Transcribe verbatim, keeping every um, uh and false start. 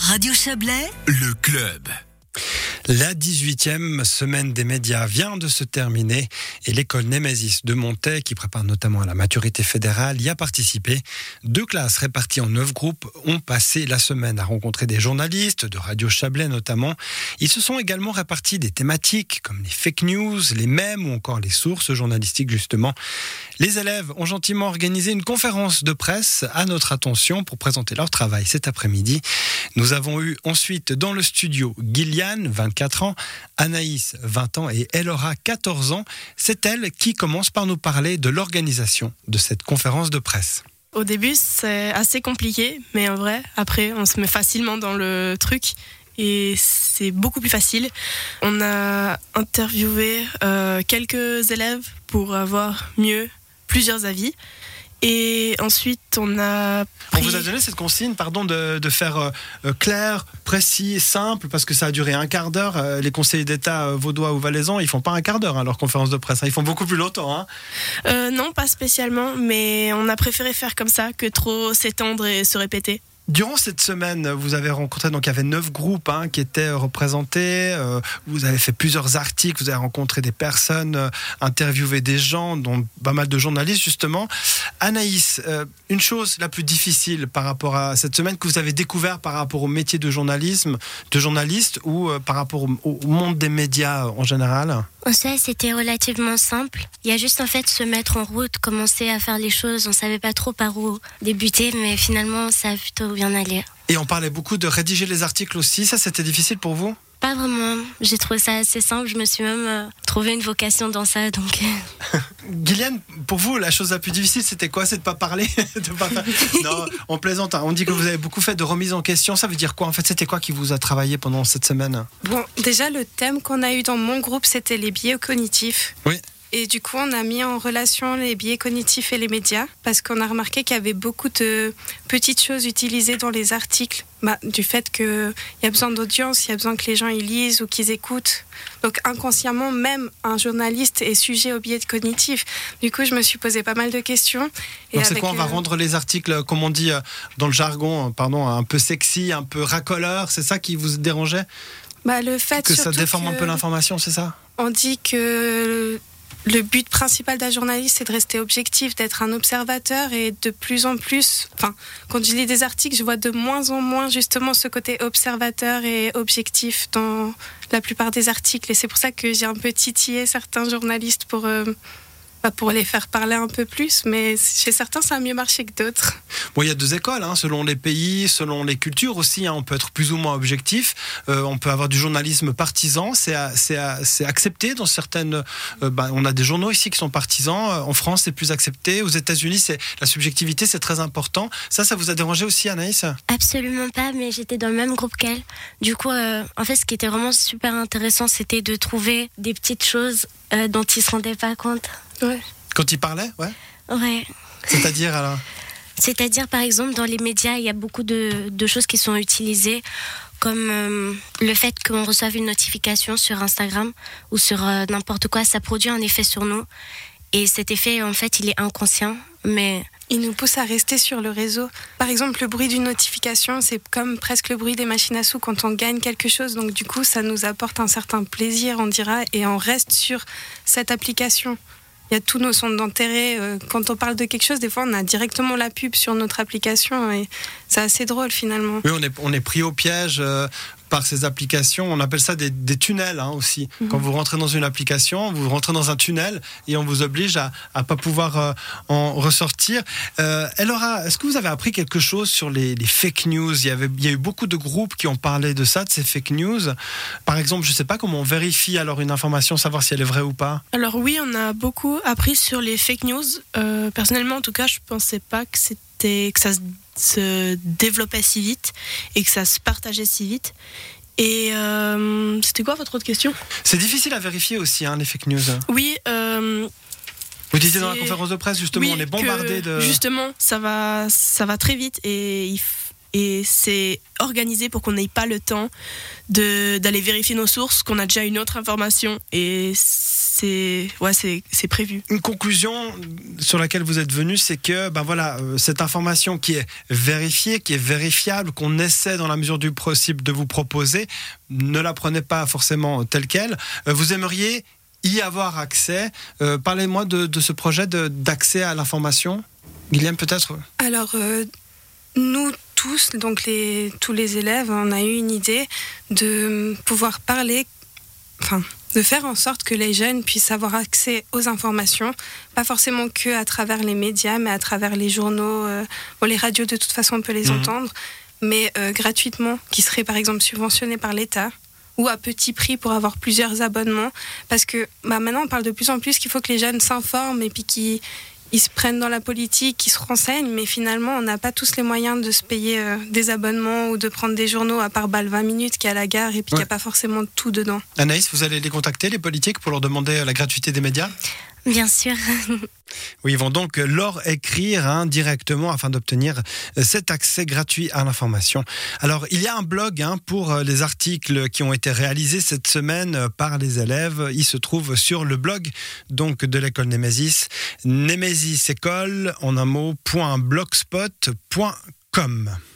Radio Chablais, le club. La dix-huitième semaine des médias vient de se terminer et l'école Némésis de Montaix, qui prépare notamment à la maturité fédérale, y a participé. Deux classes réparties en neuf groupes ont passé la semaine à rencontrer des journalistes, de Radio Chablais notamment. Ils se sont également répartis des thématiques comme les fake news, les mèmes ou encore les sources journalistiques justement. Les élèves ont gentiment organisé une conférence de presse à notre attention pour présenter leur travail cet après-midi. Nous avons eu ensuite dans le studio Gilliane, vingt-quatre ans, Anaïs, vingt ans et Elora, quatorze ans. C'est elle qui commence par nous parler de l'organisation de cette conférence de presse. Au début, c'est assez compliqué, mais en vrai, après, on se met facilement dans le truc et c'est beaucoup plus facile. On a interviewé euh, quelques élèves pour avoir mieux plusieurs avis. Et ensuite, on a pris... On vous a donné cette consigne, pardon, de, de faire euh, clair, précis, simple, parce que ça a duré un quart d'heure. Euh, les conseillers d'État euh, vaudois ou valaisans, ils font pas un quart d'heure hein, leur conférence de presse. Hein, ils font beaucoup plus longtemps. Hein. Euh, non, pas spécialement, mais on a préféré faire comme ça que trop s'étendre et se répéter. Durant cette semaine, vous avez rencontré, donc il y avait neuf groupes hein, qui étaient représentés. Euh, vous avez fait plusieurs articles, vous avez rencontré des personnes, euh, interviewé des gens, dont pas mal de journalistes justement. Anaïs, euh, une chose la plus difficile par rapport à cette semaine que vous avez découvert par rapport au métier de journalisme, de journaliste ou euh, par rapport au, au monde des médias en général? Ça, c'était relativement simple. Il y a juste en fait se mettre en route, commencer à faire les choses. On savait pas trop par où débuter, mais finalement, ça a plutôt bien allé. Et on parlait beaucoup de rédiger les articles aussi. Ça, c'était difficile pour vous? Pas vraiment. J'ai trouvé ça assez simple. Je me suis même euh, trouvé une vocation dans ça. Donc. Guylaine, pour vous, la chose la plus difficile, c'était quoi? C'est de pas parler, de pas faire... Non, on plaisante. Hein. On dit que vous avez beaucoup fait de remise en question. Ça veut dire quoi? En fait, c'était quoi qui vous a travaillé pendant cette semaine? Bon, déjà, le thème qu'on a eu dans mon groupe, c'était les biais cognitifs. Oui. Et du coup, on a mis en relation les biais cognitifs et les médias parce qu'on a remarqué qu'il y avait beaucoup de petites choses utilisées dans les articles. Bah, du fait qu'il y a besoin d'audience, il y a besoin que les gens ils lisent ou qu'ils écoutent. Donc inconsciemment, même un journaliste est sujet aux biais cognitifs. Du coup, je me suis posé pas mal de questions. Et donc c'est quoi? On va rendre les articles, comme on dit dans le jargon, pardon, un peu sexy, un peu racoleur. C'est ça qui vous dérangeait? Bah, le fait que ça déforme un peu l'information, c'est ça? On dit que... Le but principal d'un journaliste, c'est de rester objectif, d'être un observateur et de plus en plus, enfin, quand je lis des articles, je vois de moins en moins justement ce côté observateur et objectif dans la plupart des articles. Et c'est pour ça que j'ai un peu titillé certains journalistes pour, euh, pour les faire parler un peu plus. Mais chez certains, ça a mieux marché que d'autres. Bon, il y a deux écoles, hein, selon les pays, selon les cultures aussi. Hein, on peut être plus ou moins objectif. Euh, on peut avoir du journalisme partisan. C'est, c'est, c'est accepté dans certaines. Euh, bah, on a des journaux ici qui sont partisans. Euh, en France, c'est plus accepté. Aux États-Unis, c'est la subjectivité, c'est très important. Ça, ça vous a dérangé aussi, Anaïs? Absolument pas, mais j'étais dans le même groupe qu'elle. Du coup, euh, en fait, ce qui était vraiment super intéressant, c'était de trouver des petites choses euh, dont ils se rendaient pas compte. Ouais. Quand ils parlaient, ouais. Ouais. C'est-à-dire alors? C'est-à-dire, par exemple, dans les médias, il y a beaucoup de, de choses qui sont utilisées, comme euh, le fait qu'on reçoive une notification sur Instagram ou sur euh, n'importe quoi, ça produit un effet sur nous. Et cet effet, en fait, il est inconscient, mais... Il nous pousse à rester sur le réseau. Par exemple, le bruit d'une notification, c'est comme presque le bruit des machines à sous quand on gagne quelque chose. Donc du coup, ça nous apporte un certain plaisir, on dira, et on reste sur cette application. Il y a tous nos centres d'intérêt. Quand on parle de quelque chose, des fois, on a directement la pub sur notre application et c'est assez drôle finalement. Oui, on est, on est pris au piège euh, par ces applications. On appelle ça des, des tunnels hein, aussi. Mm-hmm. Quand vous rentrez dans une application, vous rentrez dans un tunnel et on vous oblige à ne pas pouvoir euh, en ressortir. Euh, Elora, est-ce que vous avez appris quelque chose sur les, les fake news? Il y avait, il y a eu beaucoup de groupes qui ont parlé de ça, de ces fake news. Par exemple, je ne sais pas comment on vérifie alors une information, savoir si elle est vraie ou pas. Alors oui, on a beaucoup appris sur les fake news. Euh, personnellement, en tout cas, je ne pensais pas que, c'était, que ça se, se développait si vite et que ça se partageait si vite. Et euh, c'était quoi votre autre question? C'est difficile à vérifier aussi, hein, les fake news. Oui. Euh, Vous disiez dans la conférence de presse, justement, oui, on est bombardé de... Justement, ça va, ça va très vite et il, et c'est organisé pour qu'on n'ait pas le temps de, d'aller vérifier nos sources, qu'on a déjà une autre information et c'est, ouais, c'est, c'est prévu. Une conclusion sur laquelle vous êtes venu, c'est que ben voilà, cette information qui est vérifiée, qui est vérifiable, qu'on essaie dans la mesure du possible de vous proposer, ne la prenez pas forcément telle qu'elle. Vous aimeriez y avoir accès. Euh, parlez-moi de, de ce projet de, d'accès à l'information. Guylaine, peut-être ? Alors, euh, nous tous, donc les, tous les élèves, on a eu une idée de pouvoir parler, enfin, de faire en sorte que les jeunes puissent avoir accès aux informations, pas forcément que à travers les médias, mais à travers les journaux. Euh, bon, les radios, de toute façon, on peut les mmh. entendre, mais euh, gratuitement, qui seraient par exemple subventionnés par l'État, ou à petit prix pour avoir plusieurs abonnements. Parce que bah, maintenant, on parle de plus en plus qu'il faut que les jeunes s'informent et puis qu'ils ils se prennent dans la politique, qu'ils se renseignent, mais finalement, on n'a pas tous les moyens de se payer euh, des abonnements ou de prendre des journaux, à part Balle vingt minutes qui est à la gare et puis ouais. qui n'y a pas forcément tout dedans. Anaïs, vous allez les contacter, les politiques, pour leur demander la gratuité des médias ? Bien sûr. Oui, ils vont donc leur écrire hein, directement afin d'obtenir cet accès gratuit à l'information. Alors, il y a un blog hein, pour les articles qui ont été réalisés cette semaine par les élèves. Il se trouve sur le blog donc, de l'école Némésis, némésis école en un mot, point blogspot point com.